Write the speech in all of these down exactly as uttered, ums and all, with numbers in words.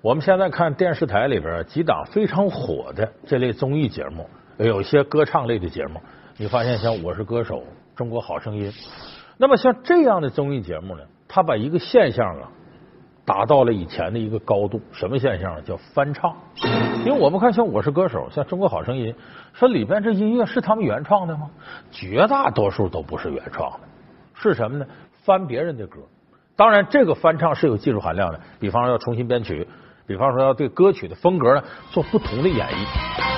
我们现在看电视台里边几档非常火的这类综艺节目，有些歌唱类的节目，你发现像《我是歌手》《中国好声音》，那么像这样的综艺节目呢，它把一个现象啊达到了以前的一个高度。什么现象呢？叫翻唱。因为我们看像《我是歌手》像《中国好声音》，说里边这音乐是他们原创的吗？绝大多数都不是原创的，是什么呢？翻别人的歌。当然这个翻唱是有技术含量的，比方说要重新编曲，比方说要对歌曲的风格呢做不同的演绎。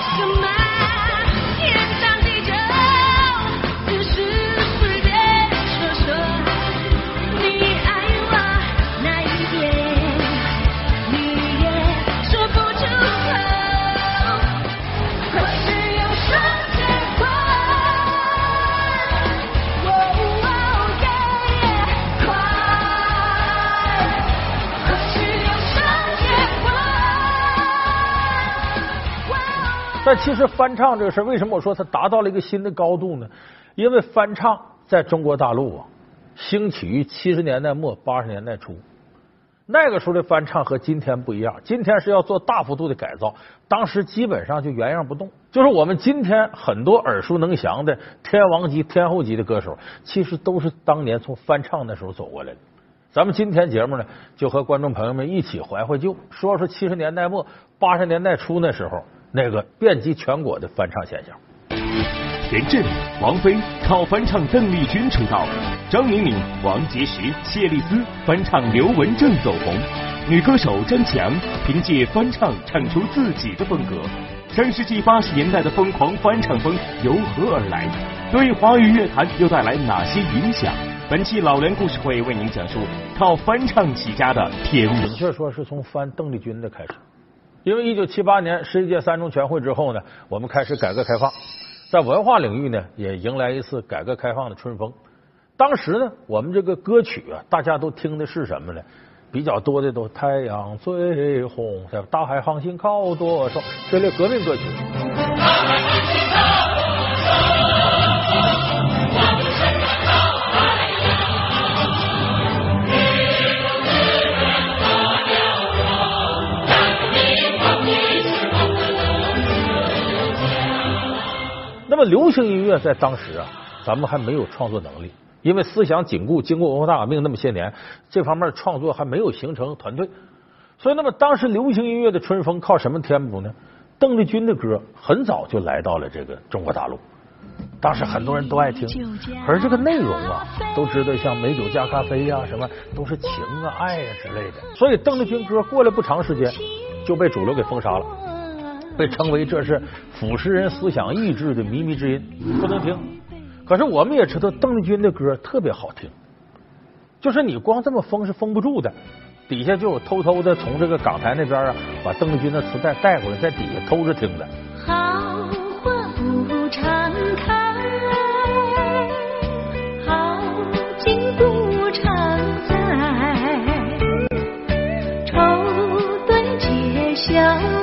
但其实翻唱这个事，为什么我说它达到了一个新的高度呢？因为翻唱在中国大陆啊，兴起于七十年代末八十年代初。那个时候的翻唱和今天不一样，今天是要做大幅度的改造，当时基本上就原样不动。就是我们今天很多耳熟能详的天王级、天后级的歌手，其实都是当年从翻唱那时候走过来的。咱们今天节目呢，就和观众朋友们一起怀怀旧，说说七十年代末八十年代初那时候那个遍及全国的翻唱现象。 田震、王菲靠翻唱邓丽君出道，张明敏、王杰石、谢丽斯翻唱刘文正走红，女歌手张强凭借翻唱唱出自己的风格。上世纪八十年代的疯狂翻唱风由何而来？对华语乐坛又带来哪些影响？本期老梁故事会为您讲述靠翻唱起家的天舞。 准确说是从翻邓丽君的开始。因为一九七八年十一届三中全会之后呢，我们开始改革开放，在文化领域呢也迎来一次改革开放的春风。当时呢，我们这个歌曲啊，大家都听的是什么呢？比较多的都太阳最红，大海航行靠多少这类革命歌曲。那么流行音乐在当时啊，咱们还没有创作能力，因为思想紧固，经过文化大革命那么些年，这方面创作还没有形成团队，所以那么当时流行音乐的春风靠什么填补呢？邓丽君的歌很早就来到了这个中国大陆，当时很多人都爱听，而这个内容啊，都知道像美酒加咖啡呀、啊，什么都是情啊、爱啊之类的，所以邓丽君歌过了不长时间就被主流给封杀了。被称为这是腐蚀人思想意志的靡靡之音，不能听。可是我们也知道邓丽君的歌特别好听，就是你光这么封是封不住的，底下就有偷偷的从这个港台那边啊把邓丽君的磁带带过来，在底下偷着听的。 好话不常开，好景不常在，愁对解笑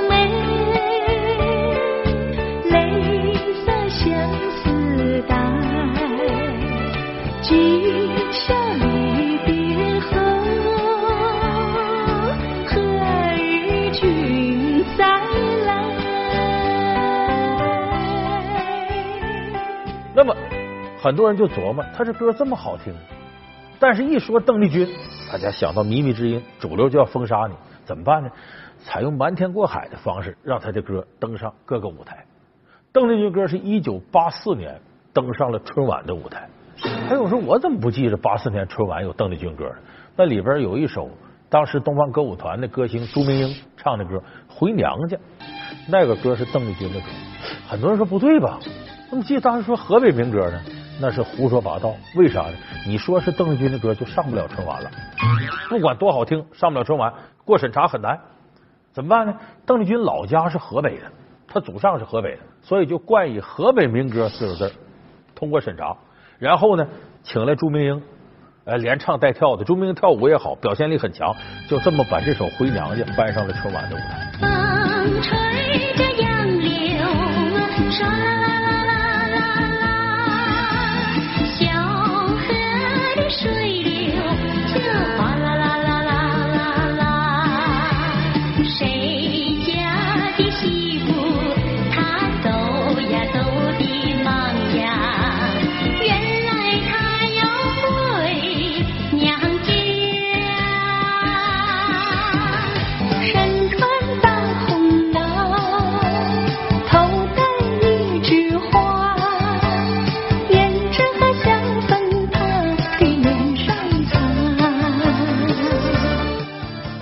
那么很多人就琢磨，他这歌这么好听，但是一说邓丽君，大家想到靡靡之音，主流就要封杀你，怎么办呢？采用瞒天过海的方式，让他的歌登上各个舞台。邓丽君歌是一九八四年登上了春晚的舞台。还有说，我怎么不记着八四年春晚有邓丽君歌呢？那里边有一首当时东方歌舞团的歌星朱明英唱的歌《回娘家》，那个歌是邓丽君的歌。很多人说不对吧？那么记得当时说河北民歌呢，那是胡说八道。为啥呢？你说是邓丽君的歌就上不了春晚了，不管多好听，上不了春晚，过审查很难。怎么办呢？邓丽君老家是河北的，她祖上是河北的，所以就冠以河北民歌四个字，通过审查。然后呢，请来朱明英，呃，连唱带跳的。朱明英跳舞也好，表现力很强，就这么把这首《回娘家》搬上了春晚的舞台。 风吹着杨柳，唰啦啦啦啦啦啦，小河的水流就哗啦啦啦啦啦啦，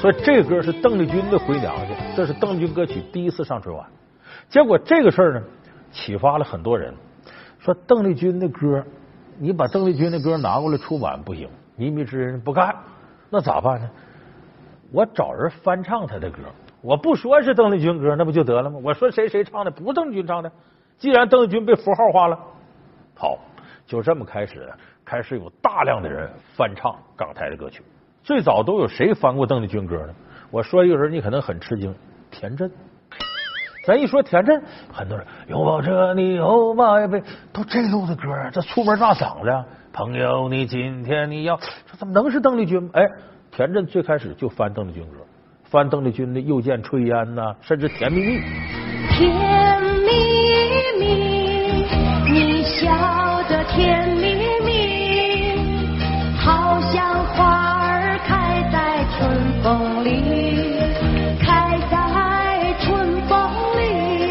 所以这个歌是邓丽君的《回娘家》，这是邓丽君歌曲第一次上春晚。结果这个事儿呢，启发了很多人，说邓丽君的歌，你把邓丽君的歌拿过来出版不行，靡靡之音不干，那咋办呢？我找人翻唱她的歌，我不说是邓丽君歌，那不就得了吗？我说谁谁唱的，不是邓丽君唱的。既然邓丽君被符号化了，好，就这么开始，开始有大量的人翻唱港台的歌曲。最早都有谁翻过邓丽君歌呢？我说一个人，你可能很吃惊，田震。咱一说田震，很多人拥抱着你，拥抱一杯，都这路的歌，这粗门大嗓子呀。朋友，你今天你要，这怎么能是邓丽君？哎，田震最开始就翻邓丽君歌，翻邓丽君的《又见炊烟》呐，甚至《甜蜜蜜》。 甜蜜蜜，你笑得甜蜜蜜，好像花儿开在春风里，开在春风里。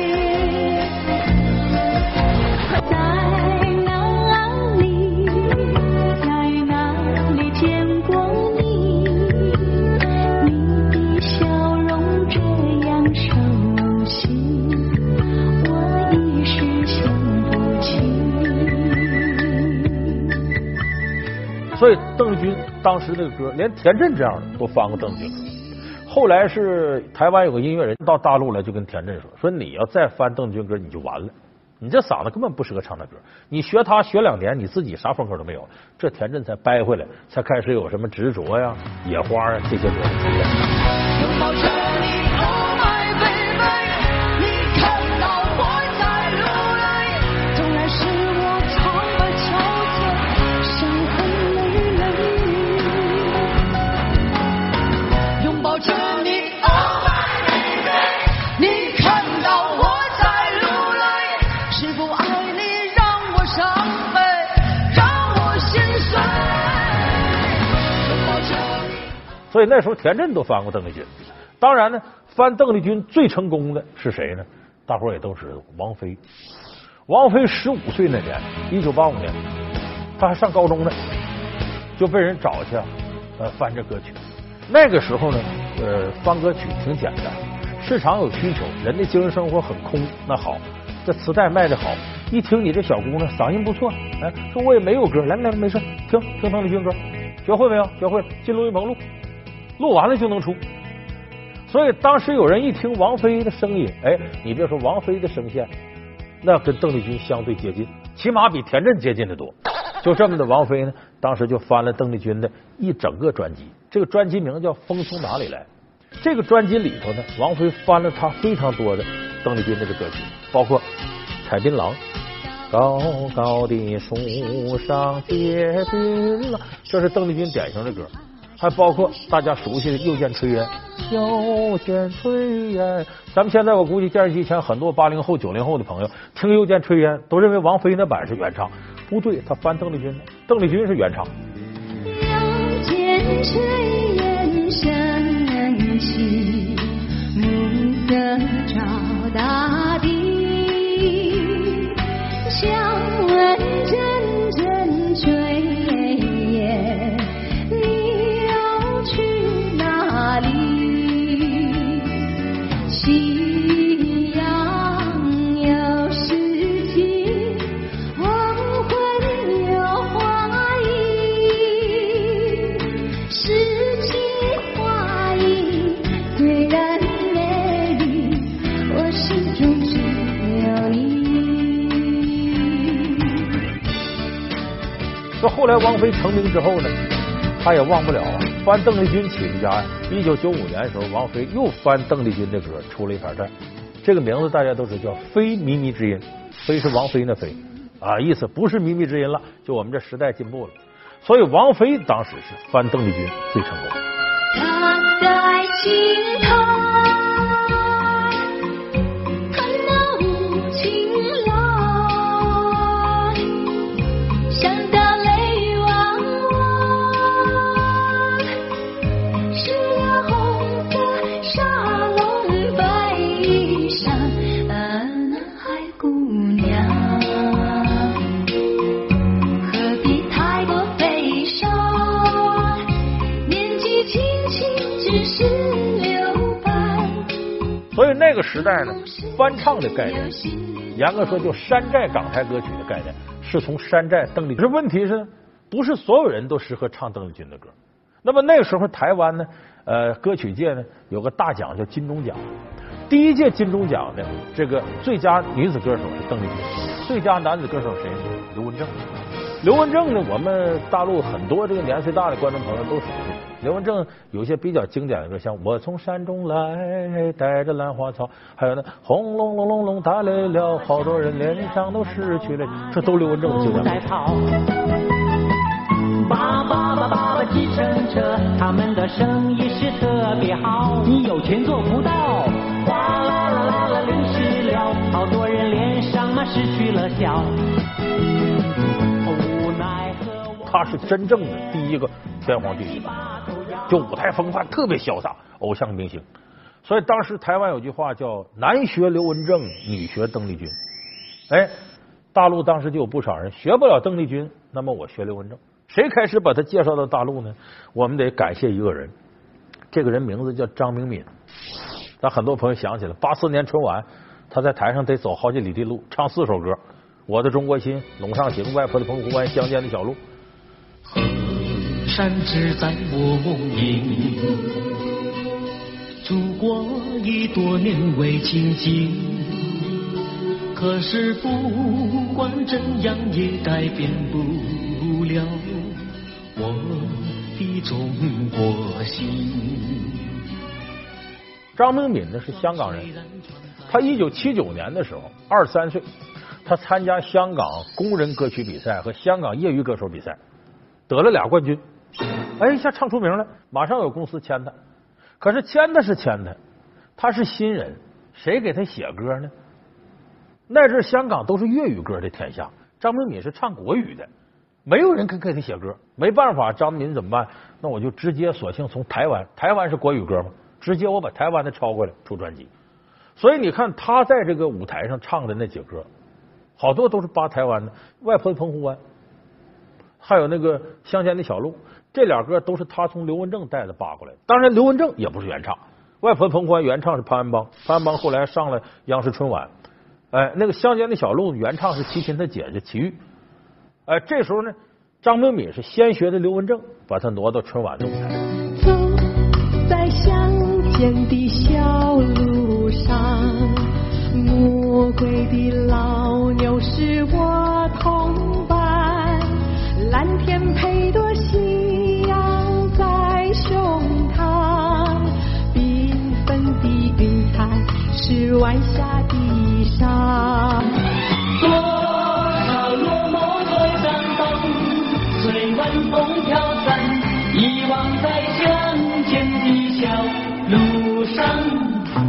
在哪里，在哪里见过你？你的笑容这样熟悉，我一时想不起。 所以邓丽君当时那个歌，连田震这样的都翻过邓丽君歌。后来是台湾有个音乐人到大陆来，就跟田震说：“说你要再翻邓丽君歌，你就完了，你这嗓子根本不适合唱那歌。你学他学两年，你自己啥风格都没有。”这田震才掰回来，才开始有什么执着呀、野花啊这些歌出现。 拥抱着你 ，Oh my baby， 你看到我在流泪，纵然是我苍白憔悴，伤痕累累。拥抱着你 ，Oh my baby， 你看到我在流泪，是否爱你让我伤悲，让我心碎。拥抱着你。 所以那时候田震都翻过邓丽君。当然呢，翻邓丽君最成功的是谁呢？大伙儿也都知道，王菲。王菲十五岁那年，一九八五年，她还上高中呢，就被人找去啊，呃，翻这歌曲。那个时候呢，呃，翻歌曲挺简单，市场有需求，人的精神生活很空，那好，这磁带卖的好，一听你这小姑娘嗓音不错，哎，说我也没有歌，来来没事，听听邓丽君歌，学会没有？学会了，进录音棚录，录完了就能出。所以当时有人一听王菲的声音，哎，你别说王菲的声线，那跟邓丽君相对接近，起码比田震接近的多。就这么的，王菲呢，当时就翻了邓丽君的一整个专辑，这个专辑名叫《风从哪里来》。这个专辑里头呢，王菲翻了她非常多的邓丽君的歌曲，包括《采槟榔》，高高的树上结槟榔，这是邓丽君典型的歌。还包括大家熟悉的《又见炊烟》，又见炊烟。咱们现在我估计电视机前很多八零后、九零后的朋友听《又见炊烟》，都认为王菲那版是原唱，不对，他翻邓丽君的，邓丽君是原唱。 又见炊烟升起，暮色照大地，想问阵阵炊烟，你要去哪里？夕阳有诗情，黄昏有花意，诗情画意虽然美丽，我心中只有你。 这后来王菲成名之后呢，他也忘不了啊，翻邓丽君起的家呀。一九九五年的时候，王菲又翻邓丽君的歌，出了一盘战。这个名字大家都知道，叫《非靡靡之音》，非是王菲那非啊，意思不是靡靡之音了，就我们这时代进步了。所以王菲当时是翻邓丽君最成功。 他在尽头看那无情来，想到泪汪汪，是那红色纱笼白衣裳，啊，那海姑娘，何必太过悲伤？年纪轻轻，只是所以那个时代呢，翻唱的概念，严格说就山寨港台歌曲的概念，是从山寨邓丽君。可是问题是，不是所有人都适合唱邓丽君的歌。那么那个时候台湾呢，呃，歌曲界呢有个大奖叫金钟奖。第一届金钟奖呢，这个最佳女子歌手是邓丽君，最佳男子歌手谁呢？刘文正。刘文正呢，我们大陆很多这个年岁大的观众朋友都熟悉。刘文正有一些比较经典的歌，像《我从山中来》，带着兰花草，还有呢，轰隆隆隆隆打雷了，好多人脸上都失去了，这都刘文正的经典歌。 爸爸爸爸爸计程车，他们的生意是特别好，你有钱做不到，哗啦啦啦啦淋湿了，好多人脸上嘛失去了笑。无奈何我他是真正的第一个天荒地老，就舞台风范特别潇洒，偶像明星。所以当时台湾有句话叫“男学刘文正，女学邓丽君”。哎，大陆当时就有不少人学不了邓丽君，那么我学刘文正。谁开始把他介绍到大陆呢？我们得感谢一个人，这个人名字叫张明敏。但很多朋友想起来，八四年春晚，他在台上得走好几里地路，唱四首歌：《我的中国心》、《陇上行》、《外婆的澎湖湾》、《乡间的小路》。 河山只在我梦萦，祖国已多年未亲近，可是不管怎样也改变不了我的中国心。 张明敏呢是香港人，他一九七九年的时候二十三岁，他参加香港工人歌曲比赛和香港业余歌手比赛，得了俩冠军。哎，一下唱出名了，马上有公司签他。可是签的是签他，他是新人，谁给他写歌呢？那阵香港都是粤语歌的天下，张明敏是唱国语的，没有人肯给他写歌。没办法，张明敏怎么办？那我就直接索性从台湾，台湾是国语歌嘛，直接我把台湾的抄过来出专辑。所以你看他在这个舞台上唱的那几歌，好多都是扒台湾的，《外婆的澎湖湾》，还有那个《乡间的小路》，这俩歌都是他从刘文正带着扒过来的。当然刘文正也不是原唱，《外婆的澎湖湾》原唱是潘安邦，潘安邦后来上了央视春晚。哎，那个《乡间的小路》原唱是齐秦他姐姐齐豫。哎，这时候呢，张明敏是先学的刘文正，把他挪到春晚的舞台。 走在乡间的小路上，魔鬼的老牛是我同伴，蓝天配朵夕阳在胸膛，缤纷的云彩是晚霞的衣裳。 多少落寞多伤痛，随晚风飘散，遗忘在乡间的小路上。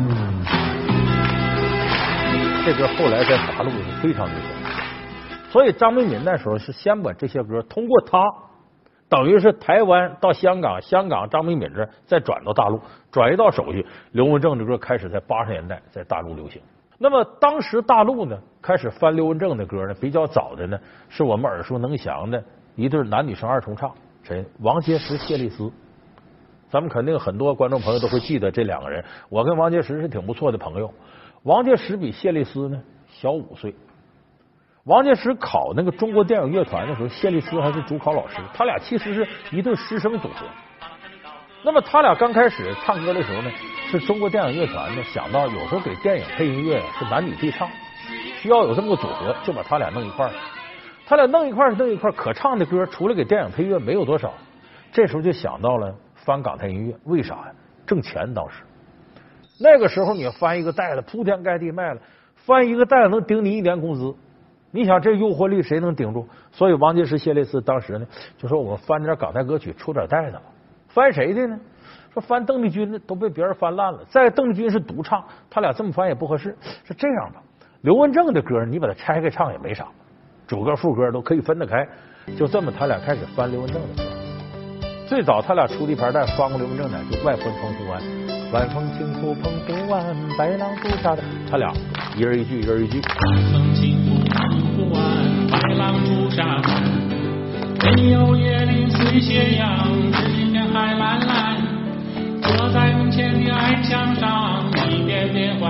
这歌后来在大陆是非常流行，所以张明敏那时候是先把这些歌通过他，等于是台湾到香港，香港张明敏这再转到大陆，转移到手续。刘文正的歌开始在八十年代在大陆流行。那么当时大陆呢开始翻刘文正的歌呢，比较早的呢是我们耳熟能详的一对男女生二重唱，谁？王杰实、谢丽斯。咱们肯定很多观众朋友都会记得这两个人。我跟王杰实是挺不错的朋友。王杰实比谢丽斯呢小五岁。王杰实考那个中国电影乐团的时候，谢丽斯还是主考老师，他俩其实是一对师生组合。那么他俩刚开始唱歌的时候呢，是中国电影乐团呢想到有时候给电影配音乐是男女对唱，需要有这么个组合，就把他俩弄一块儿。他俩弄一块儿弄一块儿，可唱的歌除了给电影配乐没有多少。这时候就想到了翻港台音乐，为啥呀？挣钱当时。那个时候你翻一个袋子铺天盖地卖了，翻一个袋子能顶你一年工资，你想这诱惑力谁能顶住？所以王杰实、谢丽斯当时呢就说我们翻点港台歌曲出点袋子吧。翻谁的呢？说翻邓丽君的都被别人翻烂了，再邓丽君是独唱，他俩这么翻也不合适。是这样吧，刘文正的歌你把它拆开唱也没啥，主歌副歌都可以分得开。就这么他俩开始翻刘文正的歌。最早他俩出的一盘带翻过刘文正的就《外婆的澎湖湾》，晚风轻拂澎湖湾，白浪逐沙的，他俩一人一句，一人一句。 晚风轻拂澎湖湾，白浪逐沙湾，没有椰林水斜阳，只一片海蓝蓝。坐在门前的矮墙上，一遍遍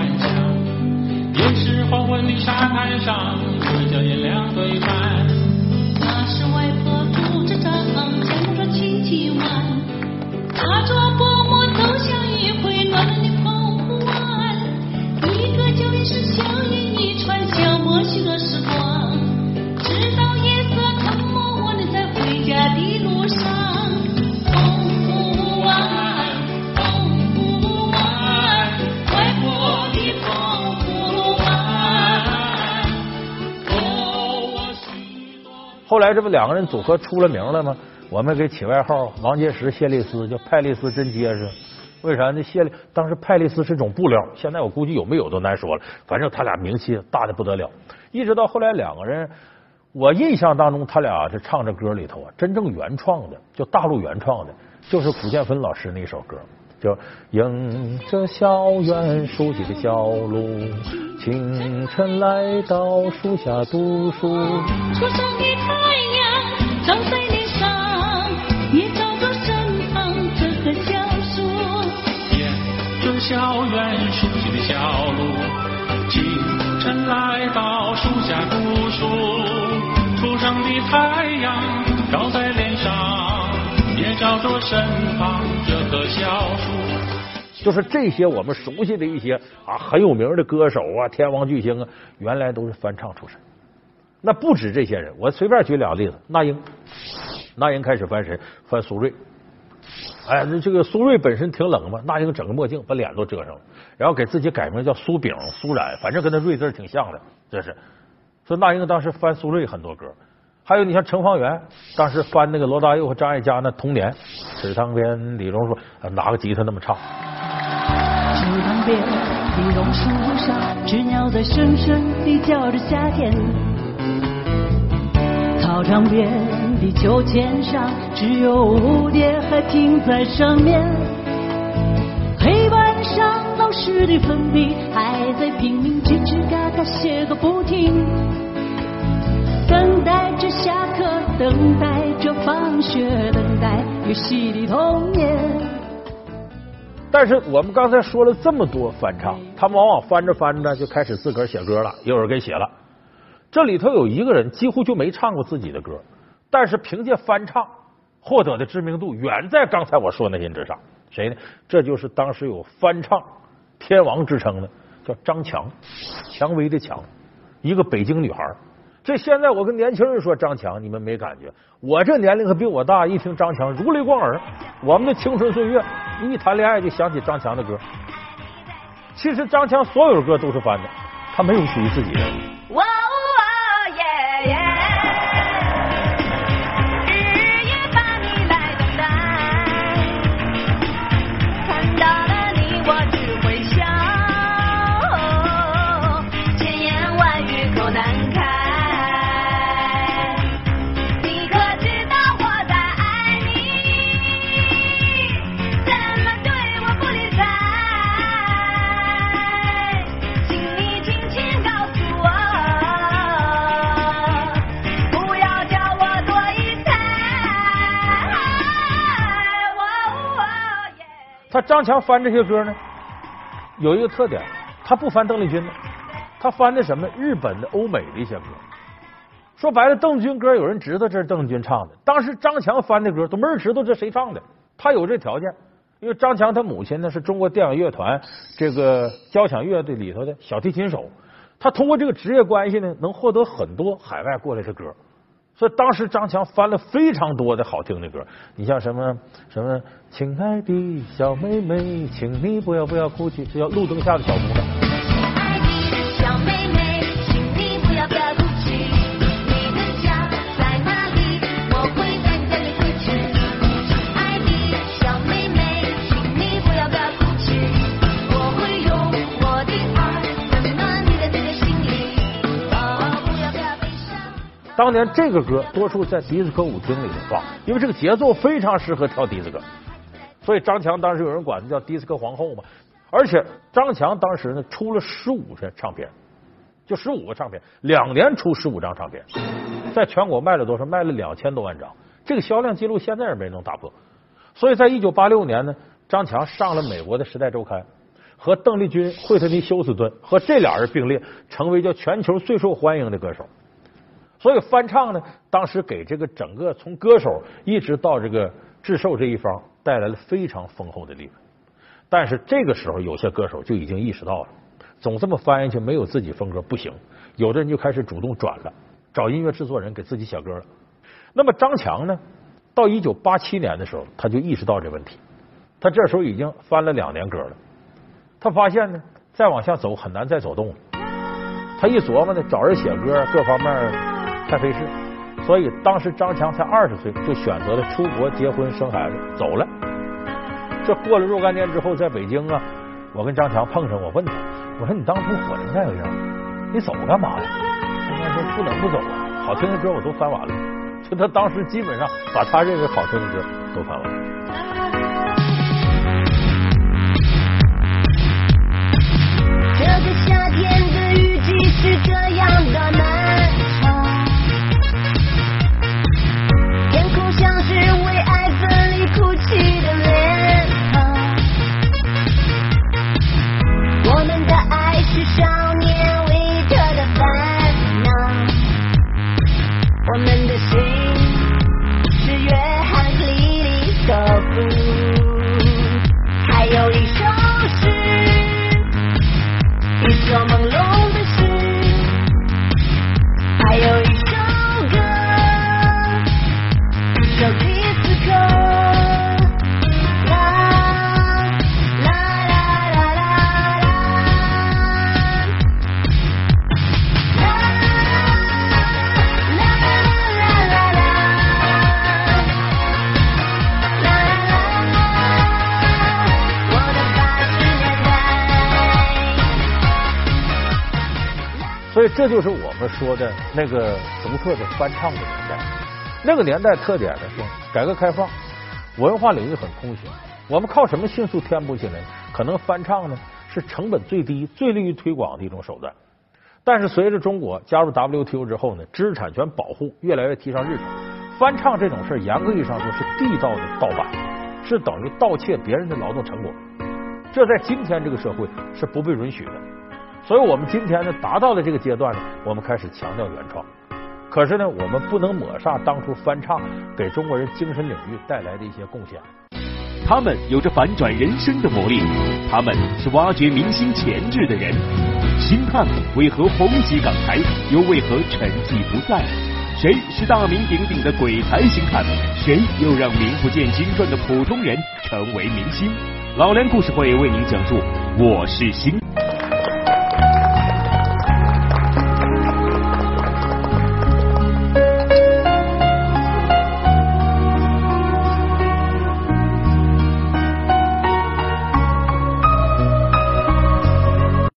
也是黄昏的沙滩上，我叫颜亮对半。 那是外婆拄着杖，撑着青旗弯，踏着薄暮走向一回暖暖的澎湖湾。一个旧历史像云一串，消磨许多时光，直到夜色吞没我们在回家的路上。澎湖湾，澎湖湾，外婆的澎湖湾。哦，我许多。 后来这不两个人组合出了名了吗？我们给起外号王杰石、谢丽斯，叫派丽斯真结实。为啥呢？谢丽当时派丽斯是种布料，现在我估计有没有都难说了。反正他俩名气大的不得了。一直到后来两个人，我印象当中他俩是唱这歌里头啊，真正原创的，就大陆原创的，就是古建芬老师那首歌，叫迎着校园熟悉的小路，清晨来到树下读书。 初升的太阳照在脸上，也照着身旁这棵小树。 沿着校园熟悉的小路，清晨来到树下读书。初升的太阳照在脸上，也照着身旁这棵小树。 就是这些我们熟悉的一些啊很有名的歌手啊，天王巨星啊，原来都是翻唱出身。那不止这些人，我随便举两个例子。那英，那英开始翻谁？翻苏芮。哎，这个苏芮本身挺冷嘛，那英整个墨镜把脸都遮上了，然后给自己改名叫苏炳、苏冉，反正跟那芮字挺像的。这是，所以那英当时翻苏芮很多歌。还有你像程方圆，当时翻那个罗大佑和张艾嘉那《童年》，池塘边李榕树拿个吉他那么唱。 池塘边李榕树上，知鸟在声声地叫着夏天。操场边的秋千上，只有蝴蝶还停在上面。黑板上老师的粉笔还在拼命吱吱嘎嘎写个不停。等待着下课，等待着放学，等待游戏的童年。 但是我们刚才说了这么多翻唱，他们往往翻着翻着就开始自个儿写歌了，有人给写了。这里头有一个人几乎就没唱过自己的歌，但是凭借翻唱获得的知名度远在刚才我说那些人之上。谁呢？这就是当时有翻唱天王之称的，叫张强，蔷薇的蔷，一个北京女孩。这现在我跟年轻人说张强，你们没感觉，我这年龄可比我大，一听张强如雷贯耳。我们的青春岁月一谈恋爱就想起张强的歌。其实张强所有的歌都是翻的，他没有属于自己的。 哇哦耶耶，日夜把你来等待，看到了你我只会笑，千言万语口难开。你可知道我在爱你，怎么对我不理睬，请你轻轻告诉我，不要叫我多疑猜。 他张强翻这些歌呢，有一个特点，他不翻邓丽君的，他翻的什么？日本的、欧美的一些歌。说白了，邓丽君歌有人知道这是邓丽君唱的，当时张强翻的歌都没人知道这谁唱的。他有这条件，因为张强他母亲呢是中国电影乐团这个交响乐队里头的小提琴手，他通过这个职业关系呢，能获得很多海外过来的歌。所以当时张强翻了非常多的好听的歌，你像什么什么，亲爱的小妹妹，请你不要不要哭泣，这叫路灯下的小姑娘。 亲爱的小妹妹，请你不要不要哭泣，你的家在哪里？我会在你家里回去。亲爱的小妹妹，请你不要不要哭泣，我会用我的爱温暖你的这个心里。哦，不要不要悲伤。 当年这个歌多数在迪斯科舞厅里头放，因为这个节奏非常适合跳迪斯科，所以张强当时有人管他叫迪斯科皇后嘛。而且张强当时呢出了十五张唱片，就十五个唱片，两年出十五张唱片，在全国卖了多少？卖了两千多万张，这个销量记录现在也没能打破。所以在一九八六年呢，张强上了美国的《时代周刊》， 和邓丽君、惠特尼休斯顿和这俩人并列，成为叫全球最受欢迎的歌手。所以翻唱呢，当时给这个整个从歌手一直到这个制售这一方带来了非常丰厚的利润。但是这个时候，有些歌手就已经意识到了，总这么翻下去没有自己风格不行，有的人就开始主动转了，找音乐制作人给自己写歌了。那么张强呢，到一九八七年的时候，他就意识到这问题。他这时候已经翻了两年歌了，他发现呢，再往下走很难再走动了。他一琢磨呢，找人写歌各方面太费事，所以当时张强才二十岁，就选择了出国结婚生孩子走了。这过了若干年之后，在北京啊，我跟张强碰上，我问他，我说你当初火成那个样，你走干嘛呀？张强说不能不走啊，好听的歌我都翻完了。就他当时基本上把他认为好听的歌都翻完了。 这个夏天的雨季是这样的漫长，天空像是为爱分离哭泣的脸庞，我们的爱是少年维特的烦恼，我们的心是约翰克里里索夫，还有一首诗，一首朦胧的诗，还有一首歌，一首迪斯科。 所以这就是我们说的那个独特的翻唱的年代。那个年代特点呢是改革开放，文化领域很空闲，我们靠什么迅速填补起来？可能翻唱呢是成本最低、最利于推广的一种手段。但是随着中国加入 W T O 之后呢，知识产权保护越来越提上日程，翻唱这种事严格意义上说是地道的盗版，是等于盗窃别人的劳动成果，这在今天这个社会是不被允许的。所以我们今天呢达到了这个阶段呢，我们开始强调原创。可是呢，我们不能抹杀当初翻唱给中国人精神领域带来的一些贡献。 他们有着反转人生的魔力，他们是挖掘明星潜质的人。星探为何红极港台，又为何沉寂不再？谁是大名鼎鼎的鬼才星探？谁又让名不见经传的普通人成为明星？老梁故事会为您讲述《我是星探》。